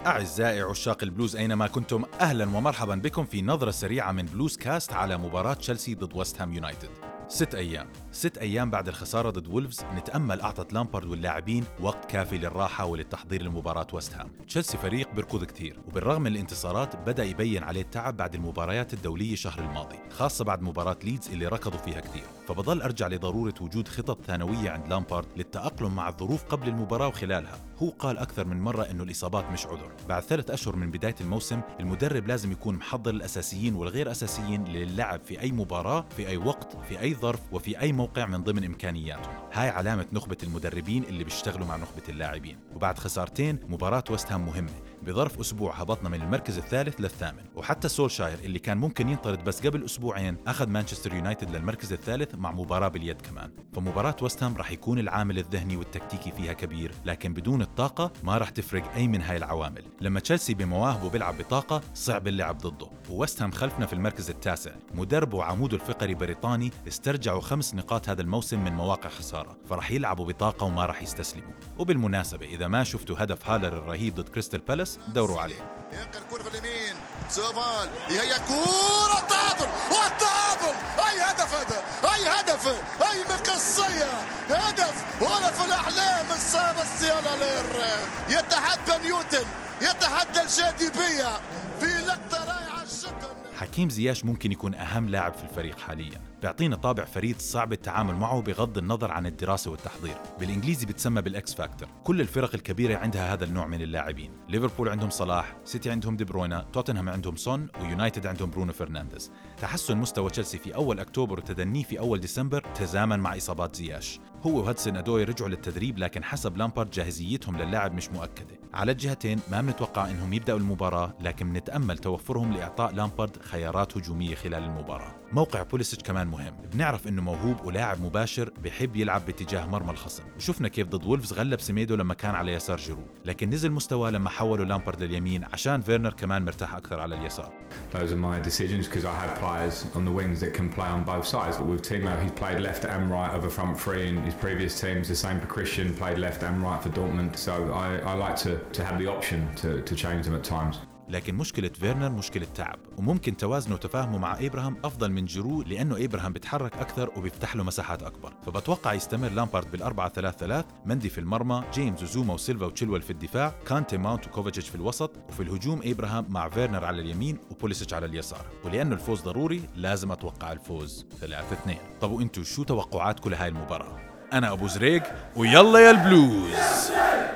أعزائي عشاق البلوز أينما كنتم، أهلا ومرحبا بكم في نظرة سريعة من بلوز كاست على مباراة تشيلسي ضد ويست هام يونايتد. 6 أيام بعد الخسارة ضد وولفز، نتأمل أعطت لامبارد واللاعبين وقت كافي للراحة وللتحضير لمباراة ويست هام. تشيلسي فريق بيركض كتير، وبالرغم من الانتصارات بدأ يبين عليه التعب بعد المباريات الدولية الشهر الماضي، خاصة بعد مباراة ليدز اللي ركضوا فيها كتير. فبضل أرجع لضرورة وجود خطط ثانوية عند لامبارد للتأقلم مع الظروف قبل المباراة وخلالها. هو قال أكثر من مرة إنه الإصابات مش عذر. بعد 3 أشهر من بداية الموسم، المدرب لازم يكون محضر الأساسيين والغير أساسيين للعب في أي مباراة في أي وقت في أي ظرف وفي أي موقع من ضمن إمكانياتهم. هاي علامة نخبة المدربين اللي بيشتغلوا مع نخبة اللاعبين. وبعد خسارتين، مباراة ويست هام مهمة. بظرف أسبوع هبطنا من المركز الثالث للثامن، وحتى سولشاير اللي كان ممكن ينطرد بس قبل أسبوعين أخذ مانشستر يونايتد للمركز الثالث مع مباراة باليد كمان. فمباراة ويست هام رح يكون العامل الذهني والتكتيكي فيها كبير، لكن بدون الطاقة ما رح تفرق أي من هاي العوامل. لما تشيلسي بمواهبه بيلعب بطاقة، صعب اللعب ضده. وويست هام خلفنا في المركز التاسع، مدربه وعموده الفقري بريطاني استرجعوا 5 نقاط هذا الموسم من مواقع خسارة، فرح يلعبوا بطاقة وما رح يستسلموا. وبالمناسبة إذا ما شفتوا هدف هالر الرهيب ضد كريستال بالاس، دوروا عليه. ينقل كرة في اليمين، سوفال هي كورة تعادل، والتعادل أي هدف هذا، أي هدف، أي مقصية، هدف ولا في الأحلام. السيالالير يتحدى نيوتن، يتحدى الجاذبية في لقطة رائعة جدا. حكيم زياش ممكن يكون أهم لاعب في الفريق حالياً، بيعطينا طابع فريد صعب التعامل معه بغض النظر عن الدراسة والتحضير. بالإنجليزي بتسمى بالإكس فاكتور. كل الفرق الكبيرة عندها هذا النوع من اللاعبين. ليفربول عندهم صلاح، سيتي عندهم دي بروينا، توتنهام عندهم سون، ويونايتد عندهم برونو فرنانديز. تحسن مستوى تشيلسي في أول أكتوبر وتدنيه في أول ديسمبر تزامن مع إصابات زياش. هو وهدسون أدوي رجعوا للتدريب، لكن حسب لامبارد جاهزيتهم للاعب مش مؤكدة. على الجهتين ما بنتوقع إنهم يبدأوا المباراة، لكن بنتأمل توفرهم لإعطاء لامبارد خيارات هجومية خلال المباراة. موقع بوليسيتش كمان مهم. بنعرف إنه موهوب ولاعب مباشر، بحب يلعب باتجاه مرمى الخصم، وشفنا كيف ضد وولفز غلب سيميدو لما كان على يسار جيرو، لكن نزل مستواه لما حولوا لامبارد لليمين عشان فيرنر كمان مرتاح أكثر على اليسار. Those are my decisions because I have players on the wings that can play on both sides. With Timo, he's played left and right of a front three in his previous teams. The same for Christian, played left and right for Dortmund. So I like to have the option to change them at times. لكن مشكلة فيرنر مشكلة تعب، وممكن توازنه وتفاهمه مع إبراهام أفضل من جيرو، لأنه إبراهام بيتحرك أكثر وبيفتح له مساحات أكبر. فبتوقع يستمر لامبارد بال4-3-3، مندي في المرمى، جيمس وزوما وسيلفا وتشيلويل في الدفاع، كانتي ماونت وكوفاتشيتش في الوسط، وفي الهجوم إبراهام مع فيرنر على اليمين وبوليسيتش على اليسار. ولأنه الفوز ضروري لازم أتوقع الفوز 3-2. طب وإنتوا شو توقعاتكم لهاي المباراة؟ أنا أبو زريق، ويلا يا البلوز.